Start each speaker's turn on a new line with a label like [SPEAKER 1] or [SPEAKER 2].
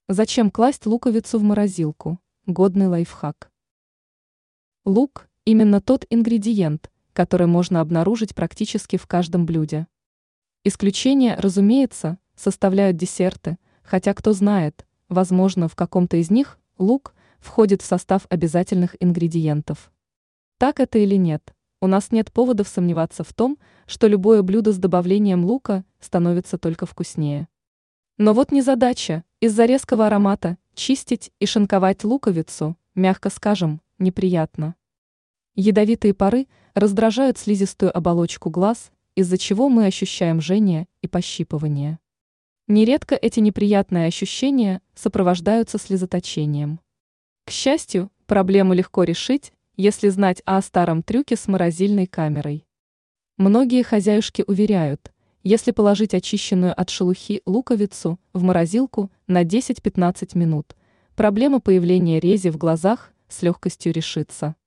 [SPEAKER 1] Зачем класть луковицу в морозилку? Годный лайфхак. Лук – именно тот ингредиент, который можно обнаружить практически в каждом блюде. Исключение, разумеется, составляют десерты, хотя кто знает, возможно, в каком-то из них лук входит в состав обязательных ингредиентов. Так это или нет, у нас нет поводов сомневаться в том, что любое блюдо с добавлением лука становится только вкуснее. Но вот незадача, из-за резкого аромата чистить и шинковать луковицу, мягко скажем, неприятно. Ядовитые пары раздражают слизистую оболочку глаз, из-за чего мы ощущаем жжение и пощипывание. Нередко эти неприятные ощущения сопровождаются слезоточением. К счастью, проблему легко решить, если знать о старом трюке с морозильной камерой. Многие хозяюшки уверяют, если положить очищенную от шелухи луковицу в морозилку на 10-15 минут, проблема появления рези в глазах с легкостью решится.